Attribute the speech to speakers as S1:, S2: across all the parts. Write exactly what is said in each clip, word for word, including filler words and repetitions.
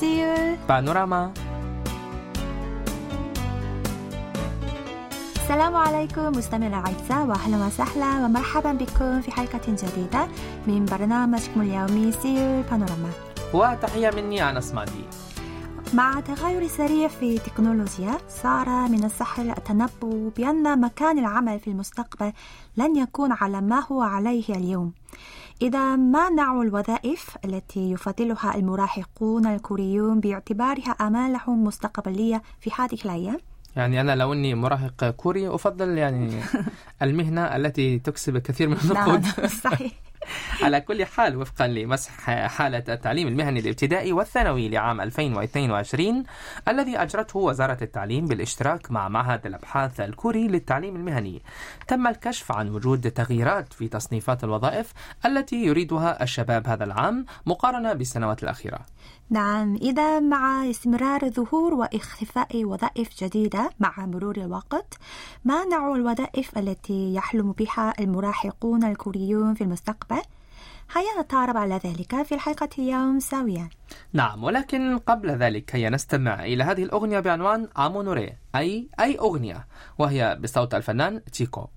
S1: سيول
S2: بانوراما.
S1: السلام عليكم مستمعينا الأعزاء، وأهلا وسهلا ومرحبا بكم في حلقة جديدة من برنامجكم اليومي سيول بانوراما.
S2: وتحية مني أنا اسمادي.
S1: مع تغير السريع في التكنولوجيا صار من السهل التنبؤ بأن مكان العمل في المستقبل لن يكون على ما هو عليه اليوم. إذا ما نوع الوظائف التي يفضلها المراهقون الكوريون باعتبارها آمالهم مستقبلية في هذه الأيام؟
S2: يعني أنا لو أني مراهق كوري أفضل يعني المهنة التي تكسب كثير من النقود.
S1: نعم صحيح.
S2: على كل حال، وفقا لمسح حالة التعليم المهني الابتدائي والثانوي لعام ألفين واثنين وعشرين الذي أجرته وزارة التعليم بالاشتراك مع معهد الأبحاث الكوري للتعليم المهني، تم الكشف عن وجود تغييرات في تصنيفات الوظائف التي يريدها الشباب هذا العام مقارنة بالسنوات الأخيرة.
S1: نعم، إذا مع استمرار ظهور واختفاء وظائف جديدة مع مرور الوقت، ما نوع الوظائف التي يحلم بها المراهقون الكوريون في المستقبل؟ هيا نتعرف على ذلك في الحلقة اليوم سويا.
S2: نعم، ولكن قبل ذلك هيا نستمع إلى هذه الأغنية بعنوان آمونوري، أي أي أغنية، وهي بصوت الفنان تشيكو.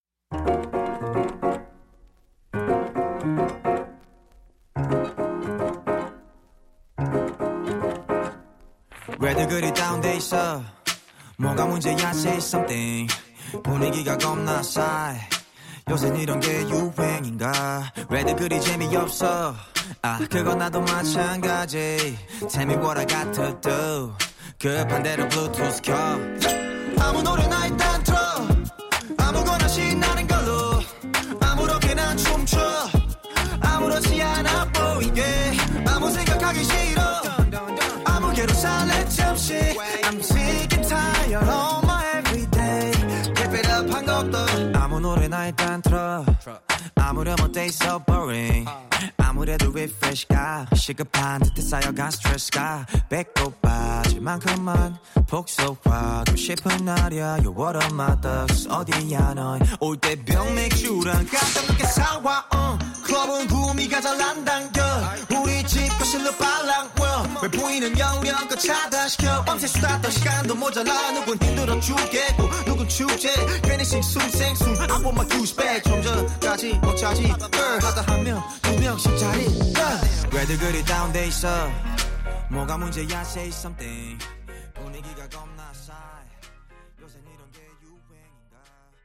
S3: 왜들 그리 다운돼 있어 뭐가 문제야 say something 분위기가 겁나 싸해 요새 이런 게 유행인가 왜들 그리 재미없어 아 그건 나도 마찬가지 Tell me what I got to do 급한 대로 블루투스 켜 아무 노래나 일단 틀어 아무거나 신나는 걸로 아무렇게나 춤춰 아무렇지 않아 보이게 아무 생각하기 싫어 아무개로 살래 잠시 I'm sick and tired of my everyday Keep it up 한 것도 아무 노래나 일단 틀어 아무렴 어때 so boring 아무래도 refresh가 시급한 듯해 쌓여간 스트레스가 배꼽 빠질 만큼만 폭소하고 싶은 날이야 You're one of my thugs 어디야 넌 올 때 병맥주랑 깜짝 늦게 사와 uh. 클럽은 구미가 잘 안 당겨 우리 집 거실로 빨랑 왜 보이는 영역껏 차단시켜 밤새 수다 떨 시간도 모자라 누군 힘들어 죽겠고 누군 축제 괜히 싱숭생숭 I want my juice back 좀 전까지 먹자지 girl 하다 한 명 두 명씩 자리 왜들 그리 다운돼 있어 뭐가 문제야 say something 분위기가 겁나 싸해 요새 이런 게 유행인가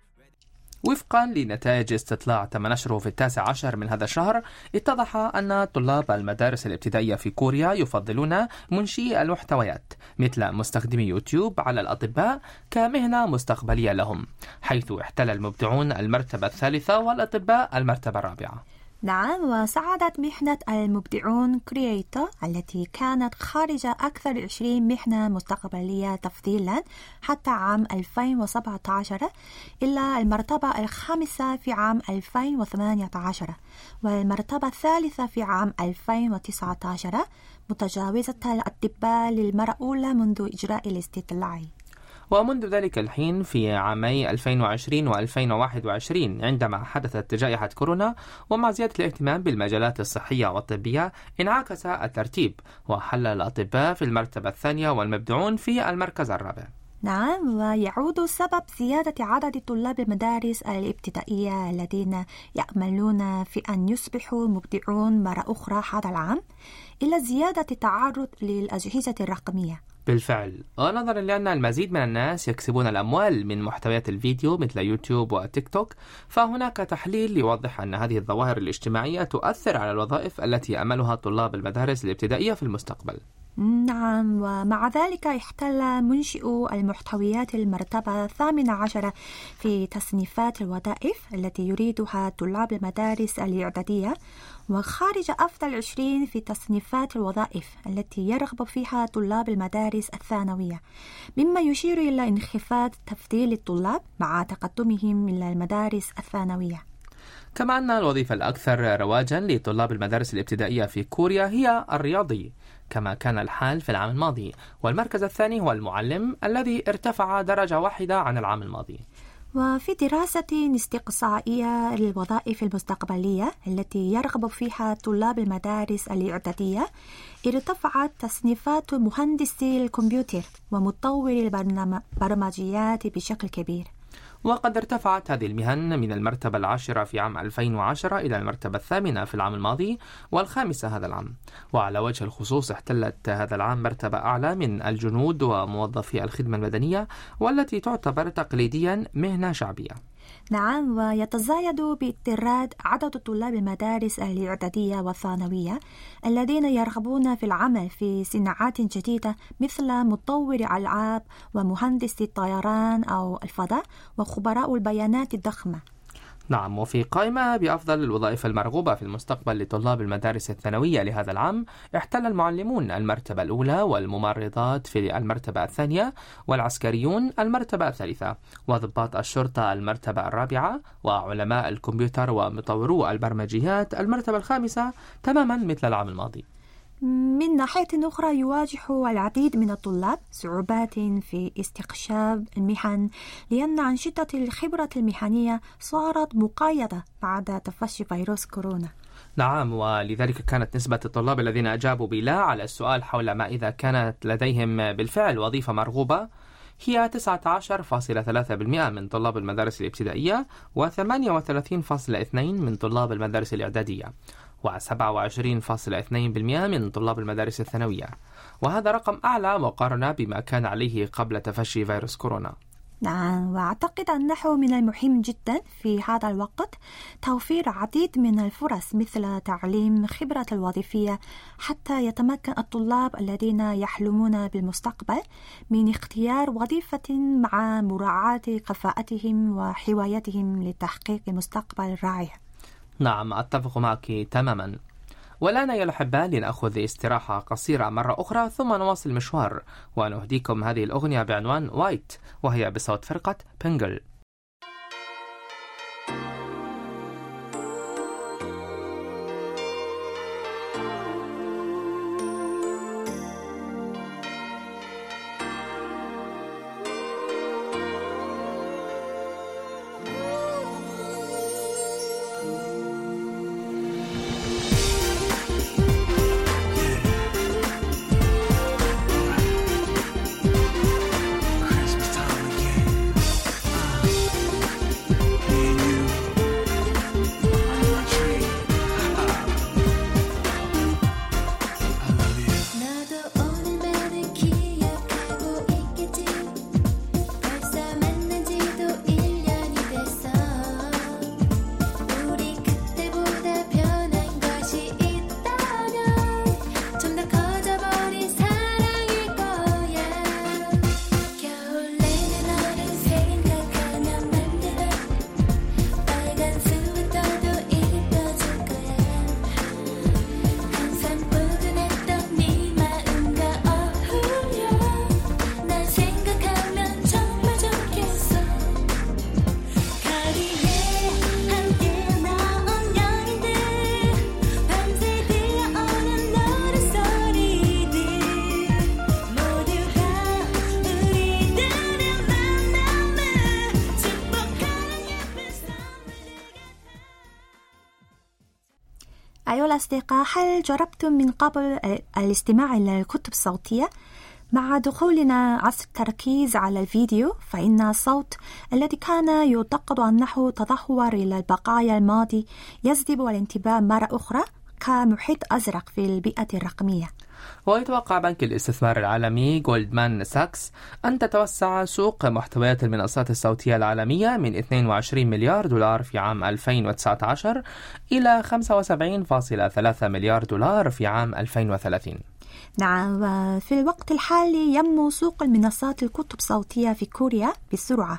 S2: وفقا لنتائج استطلاع تم نشره في التاسع عشر من هذا الشهر، اتضح أن طلاب المدارس الابتدائية في كوريا يفضلون منشئي المحتويات مثل مستخدمي يوتيوب على الأطباء كمهنة مستقبلية لهم، حيث احتل المبدعون المرتبة الثالثة والأطباء المرتبة الرابعة.
S1: نعم، وصعدت مهنة المبدعون كرييتور التي كانت خارج أكثر عشرين مهنة مستقبلية تفضيلا حتى عام ألفين وسبعة عشر إلى المرتبة الخامسة في عام ألفين وثمانية عشر والمرتبة الثالثة في عام ألفين وتسعة عشر متجاوزة الأطباء للمرة الأولى منذ إجراء الاستطلاع.
S2: ومنذ ذلك الحين في عامي ألفين وعشرين وألفين وواحد وعشرين عندما حدثت جائحة كورونا ومع زيادة الاهتمام بالمجالات الصحية والطبية انعكس الترتيب وحل الأطباء في المرتبة الثانية والمبدعون في المركز الرابع.
S1: نعم، ويعود سبب زيادة عدد طلاب المدارس الابتدائية الذين يأملون في أن يصبحوا مبدعون مرة أخرى هذا العام إلى زيادة التعرض للأجهزة الرقمية.
S2: بالفعل، ونظرا لأن المزيد من الناس يكسبون الأموال من محتويات الفيديو مثل يوتيوب وتيك توك، فهناك تحليل يوضح أن هذه الظواهر الاجتماعية تؤثر على الوظائف التي يأملها طلاب المدارس الابتدائية في المستقبل.
S1: نعم، ومع ذلك احتل منشئو المحتويات المرتبة الثامنة عشرة في تصنيفات الوظائف التي يريدها طلاب المدارس الإعدادية، وخارج أفضل عشرين في تصنيفات الوظائف التي يرغب فيها طلاب المدارس الثانوية، مما يشير إلى انخفاض تفضيل الطلاب مع تقدمهم إلى المدارس الثانوية.
S2: كما أن الوظيفة الأكثر رواجا لطلاب المدارس الابتدائية في كوريا هي الرياضي، كما كان الحال في العام الماضي، والمركز الثاني هو المعلم الذي ارتفع درجة واحدة عن العام الماضي.
S1: وفي دراسة استقصائية للوظائف المستقبلية التي يرغب فيها طلاب المدارس الإعدادية، ارتفعت تصنيفات مهندسي الكمبيوتر ومطوري البرمجيات بشكل كبير.
S2: وقد ارتفعت هذه المهن من المرتبة العاشرة في عام ألفين وعشرة إلى المرتبة الثامنة في العام الماضي والخامسة هذا العام. وعلى وجه الخصوص احتلت هذا العام مرتبة أعلى من الجنود وموظفي الخدمة المدنية، والتي تعتبر تقليديا مهنة شعبية.
S1: نعم، ويتزايد باضطراد عدد طلاب المدارس الإعدادية والثانوية الذين يرغبون في العمل في صناعات جديدة مثل مطور ألعاب ومهندسي الطيران أو الفضاء وخبراء البيانات الضخمة.
S2: نعم، وفي قائمة بأفضل الوظائف المرغوبة في المستقبل لطلاب المدارس الثانوية لهذا العام، احتل المعلمون المرتبة الأولى، والممرضات في المرتبة الثانية، والعسكريون المرتبة الثالثة، وضباط الشرطة المرتبة الرابعة، وعلماء الكمبيوتر ومطورو البرمجيات المرتبة الخامسة، تماما مثل العام الماضي.
S1: من ناحية أخرى، يواجه العديد من الطلاب صعوبات في استكشاف المهن، لأن أنشطة الخبرة المهنية صارت مقيدة بعد تفشي فيروس كورونا.
S2: نعم، ولذلك كانت نسبة الطلاب الذين أجابوا بلا على السؤال حول ما إذا كانت لديهم بالفعل وظيفة مرغوبة هي تسعة عشر فاصلة ثلاثة بالمئة من طلاب المدارس الابتدائية، وثمانية وثلاثين فاصلة اثنين بالمئة من طلاب المدارس الإعدادية، وسبعة وعشرين فاصلة اثنين بالمئة من طلاب المدارس الثانوية. وهذا رقم أعلى مقارنة بما كان عليه قبل تفشي فيروس كورونا.
S1: نعم، وأعتقد أنه من المهم جدا في هذا الوقت توفير عديد من الفرص مثل تعليم خبرة الوظيفية، حتى يتمكن الطلاب الذين يحلمون بالمستقبل من اختيار وظيفة مع مراعاة كفاءتهم وحوايتهم لتحقيق مستقبل رائع.
S2: نعم، أتفق معك تماما. والآن يا الأحباء لنأخذ استراحة قصيرة مرة أخرى، ثم نواصل المشوار ونهديكم هذه الأغنية بعنوان وايت، وهي بصوت فرقة بينجل. أيها الأصدقاء، هل جربتم من قبل الاستماع إلى الكتب الصوتية؟ مع دخولنا عصر التركيز على الفيديو، فإن الصوت الذي كان يعتقد أنه تدهور إلى البقايا الماضي يجذب الانتباه مرة أخرى كمحيط أزرق في البيئة الرقمية. ويتوقع بنك الاستثمار العالمي جولدمان ساكس أن تتوسع سوق محتويات المنصات الصوتية العالمية من اثنين وعشرين مليار دولار في عام ألفين وتسعة عشر إلى خمسة وسبعين فاصلة ثلاثة مليار دولار في عام ألفين وثلاثين.
S1: نعم، في الوقت الحالي ينمو سوق المنصات الكتب الصوتية في كوريا بسرعة،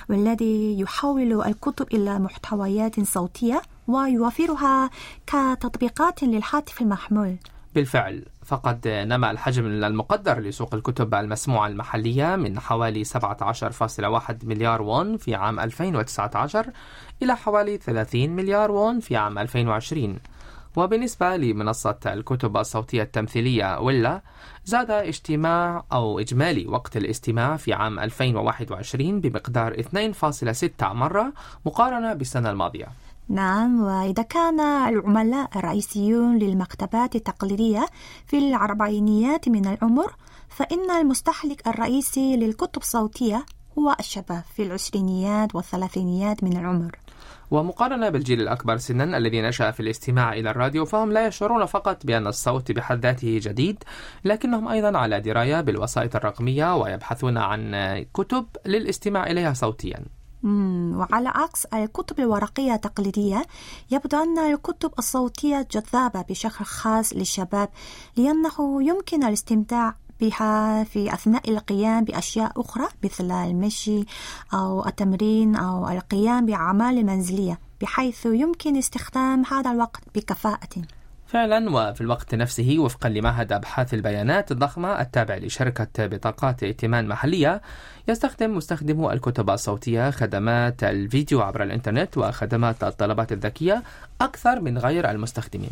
S1: والذي يحول الكتب إلى محتويات صوتية ويوفرها كتطبيقات للهاتف المحمول.
S2: بالفعل، فقد نما الحجم المقدر لسوق الكتب المسموعة المحلية من حوالي سبعة عشر فاصلة واحد مليار وون في عام ألفين وتسعة عشر إلى حوالي ثلاثين مليار وون في عام ألفين وعشرين. وبالنسبة لمنصة الكتب الصوتية التمثيلية ويلا، زاد اجتماع أو إجمالي وقت الاستماع في عام ألفين وواحد وعشرين بمقدار اثنين فاصلة ستة مرة مقارنة بالسنة الماضية.
S1: نعم، وإذا كان العملاء الرئيسيون للمكتبات التقليدية في الأربعينيات من العمر، فإن المستهلك الرئيسي للكتب الصوتية هو الشباب في العشرينيات والثلاثينيات من العمر.
S2: ومقارنة بالجيل الأكبر سنا الذي نشأ في الاستماع إلى الراديو، فهم لا يشعرون فقط بأن الصوت بحد ذاته جديد، لكنهم أيضا على دراية بالوسائط الرقمية ويبحثون عن كتب للاستماع إليها صوتيا.
S1: مم. وعلى عكس الكتب الورقية التقليدية، يبدو أن الكتب الصوتية جذابة بشكل خاص للشباب، لأنه يمكن الاستمتاع بها في أثناء القيام بأشياء أخرى مثل المشي أو التمرين أو القيام بأعمال منزلية، بحيث يمكن استخدام هذا الوقت بكفاءة.
S2: فعلا، وفي الوقت نفسه وفقا لمعهد أبحاث البيانات الضخمة التابع لشركة بطاقات ائتمان محلية، يستخدم مستخدمو الكتب الصوتية خدمات الفيديو عبر الإنترنت وخدمات الطلبات الذكية أكثر من غير المستخدمين.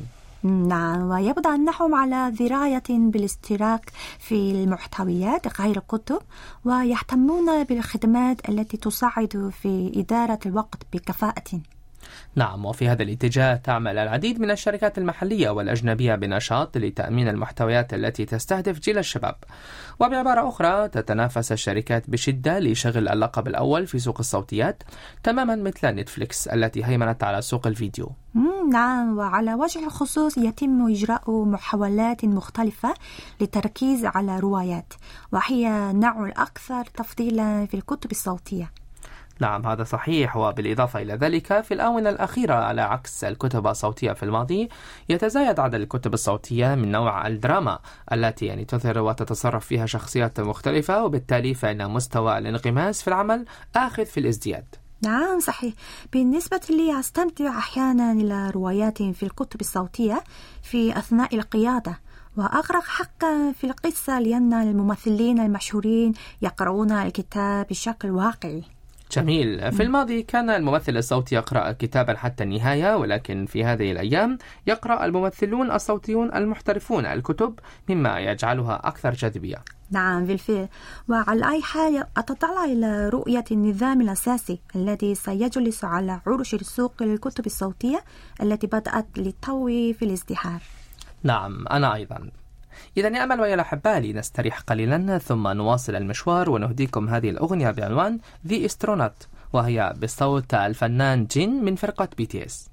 S1: نعم، ويبدو أنهم على دراية بالاشتراك في المحتويات غير الكتب، ويهتمون بالخدمات التي تساعد في إدارة الوقت بكفاءة.
S2: نعم، وفي هذا الاتجاه تعمل العديد من الشركات المحلية والأجنبية بنشاط لتأمين المحتويات التي تستهدف جيل الشباب. وبعبارة أخرى، تتنافس الشركات بشدة لشغل اللقب الأول في سوق الصوتيات، تماما مثل نتفليكس التي هيمنت على سوق الفيديو.
S1: نعم، وعلى وجه الخصوص يتم إجراء محاولات مختلفة للتركيز على روايات، وهي نوع الأكثر تفضيلا في الكتب الصوتية.
S2: نعم، هذا صحيح. وبالإضافة إلى ذلك، في الآونة الأخيرة على عكس الكتب الصوتية في الماضي، يتزايد عدد الكتب الصوتية من نوع الدراما التي يعني تظهر وتتصرف فيها شخصيات مختلفة، وبالتالي فإن مستوى الانغماس في العمل آخذ في الازدياد.
S1: نعم صحيح. بالنسبة لي أستمتع أحيانا إلى روايات في الكتب الصوتية في أثناء القيادة، وأغرق حقا في القصة لأن الممثلين المشهورين يقرؤون الكتاب بشكل واقعي.
S2: جميل. في الماضي كان الممثل الصوتي يقرأ كتابا حتى النهاية، ولكن في هذه الأيام يقرأ الممثلون الصوتيون المحترفون الكتب، مما يجعلها أكثر جاذبية.
S1: نعم بالفعل. وعلى أي حال أتطلع إلى رؤية النظام الأساسي الذي سيجلس على عرش سوق الكتب الصوتية التي بدأت للتو في الازدهار.
S2: نعم، أنا أيضا. إذا نأمل ويا الأحباء لنستريح قليلا ثم نواصل المشوار ونهديكم هذه الأغنية بعنوان The Astronaut، وهي بصوت الفنان جين من فرقة بي تي إس.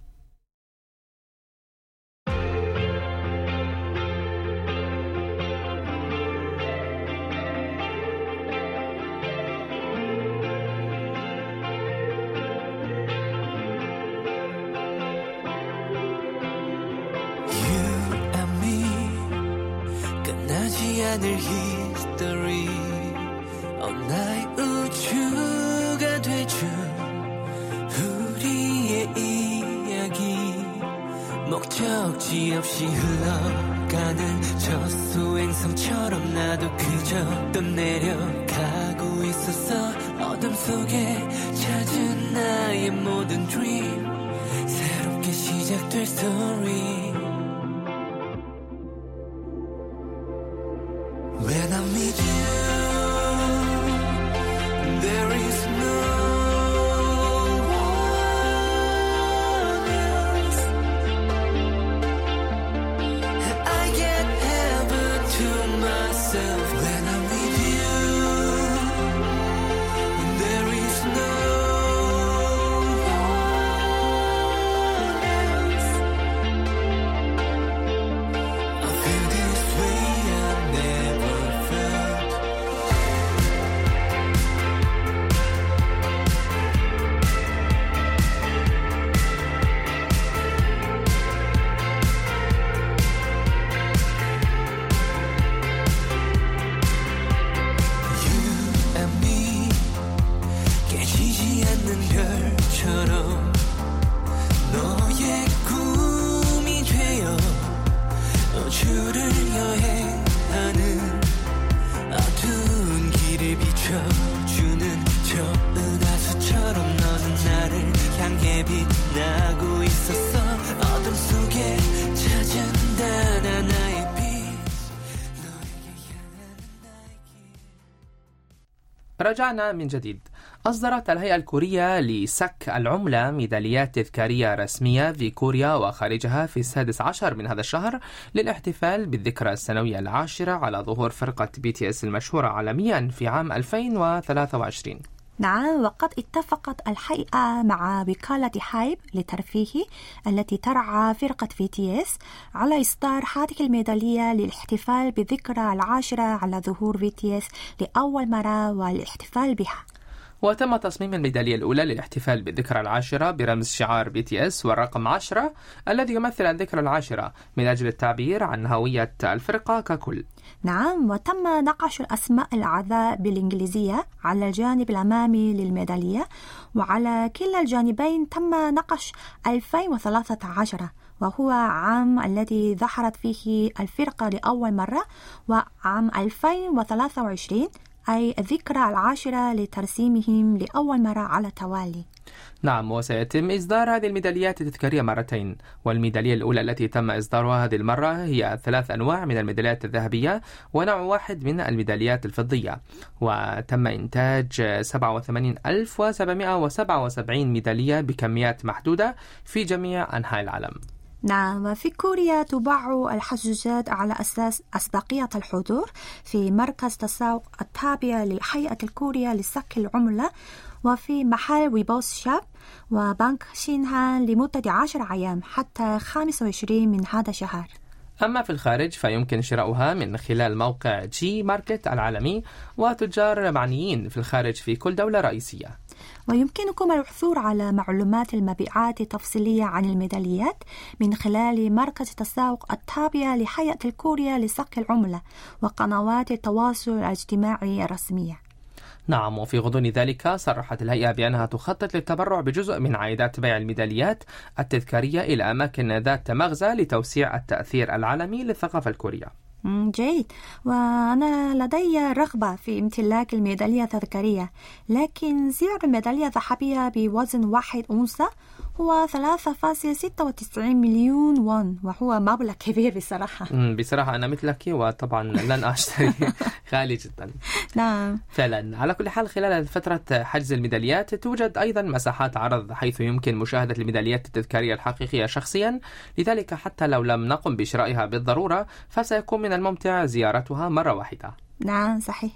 S3: 않을 history 어, 나의 우주가 돼준 우리의 이야기 목적지 없이 흘러가는 저 수행성처럼 나도 그저 떠내려가고 있었어. 어둠 속에 찾은 나의 모든 dream 새롭게 시작될 story. When I meet you, there is no one else. I get heaven to myself. When I'm with you, there is no one else. I feel this way I never. 너의 꿈이 되어 우주를 여행하는 어두운 길을 비춰주는 저 은하수처럼 너는 나를 향해 빛나고 있었어. 어둠 속에
S2: ورجعنا من جديد. أصدرت الهيئة الكورية لسك العملة ميداليات تذكارية رسمية في كوريا وخارجها في السادس عشر من هذا الشهر للاحتفال بالذكرى السنوية العاشرة على ظهور فرقة بي تي إس المشهورة عالميا في عام ألفين وثلاثة وعشرين.
S1: نعم، وقد اتفقت الهيئة مع وكالة هايب للترفيه التي ترعى فرقة بي تي إس على إصدار هذه الميدالية للاحتفال بالذكرى العاشرة على ظهور بي تي إس لأول مرة والاحتفال بها.
S2: وتم تصميم الميدالية الأولى للاحتفال بالذكرى العاشرة برمز شعار بي تي إس والرقم عشرة الذي يمثل الذكرى العاشرة من أجل التعبير عن هوية الفرقة ككل.
S1: نعم، وتم نقش الأسماء الأعضاء بالإنجليزية على الجانب الأمامي للميدالية، وعلى كلا الجانبين تم نقش ألفين وثلاثة عشر وهو عام الذي ظهرت فيه الفرقة لأول مرة، وعام ألفين وثلاثة وعشرين أي الذكرى العاشرة لترسيمهم لأول مرة على توالي.
S2: نعم، وسيتم إصدار هذه الميداليات التذكارية مرتين، والميدالية الأولى التي تم إصدارها هذه المرة هي ثلاث أنواع من الميداليات الذهبية ونوع واحد من الميداليات الفضية، وتم إنتاج سبعة وثمانين ألف وسبعمائة وسبعة وسبعين ميدالية بكميات محدودة في جميع أنحاء العالم.
S1: نعم، وفي كوريا تباع الحجوجات على أساس أسبقية الحضور في مركز تسوق التابع للهيئة الكورية لسك العملة، وفي محل ويبوس شاب وبنك شينهان لمدة عشر أيام حتى خمسة وعشرين من هذا الشهر.
S2: أما في الخارج فيمكن شراؤها من خلال موقع جي ماركت العالمي وتجار معنيين في الخارج في كل دولة رئيسية.
S1: ويمكنكم العثور على معلومات المبيعات التفصيلية عن الميداليات من خلال مركز التسوق التابع لهيئة الكورية لسك العملة وقنوات التواصل الاجتماعي الرسمية.
S2: نعم، وفي غضون ذلك صرحت الهيئة بأنها تخطط للتبرع بجزء من عائدات بيع الميداليات التذكارية إلى أماكن ذات مغزى لتوسيع التأثير العالمي للثقافة الكورية.
S1: جيد، وأنا لدي رغبة في امتلاك الميدالية التذكارية، لكن سعر الميدالية الذهبية بوزن واحد أونصة هو ثلاثة فاصلة ستة وتسعين مليون وون، وهو مبلغ كبير بصراحة.
S2: بصراحة أنا مثلك وطبعا لن أشتري، غالي جدا.
S1: نعم
S2: فعلا. على كل حال خلال فترة حجز الميداليات توجد أيضا مساحات عرض حيث يمكن مشاهدة الميداليات التذكارية الحقيقية شخصيا، لذلك حتى لو لم نقم بشرائها بالضرورة فسيكون من الممتع زيارتها مرة واحدة.
S1: نعم صحيح.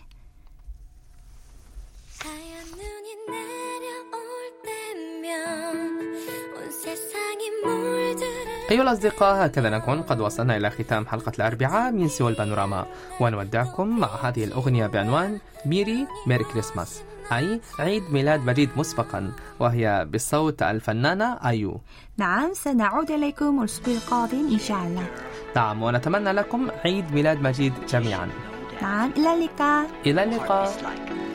S2: أيها الأصدقاء، هكذا نكون قد وصلنا إلى ختام حلقة الأربعاء من سوى البانوراما، ونودعكم مع هذه الأغنية بعنوان ميري ميري كريسماس، أي عيد ميلاد مجيد مسبقا، وهي بصوت الفنانة آيو.
S1: نعم، سنعود إليكم الأسبوع القادم إن شاء الله.
S2: نعم، ونتمنى لكم عيد ميلاد مجيد جميعا.
S1: نعم، إلى اللقاء.
S2: إلى اللقاء.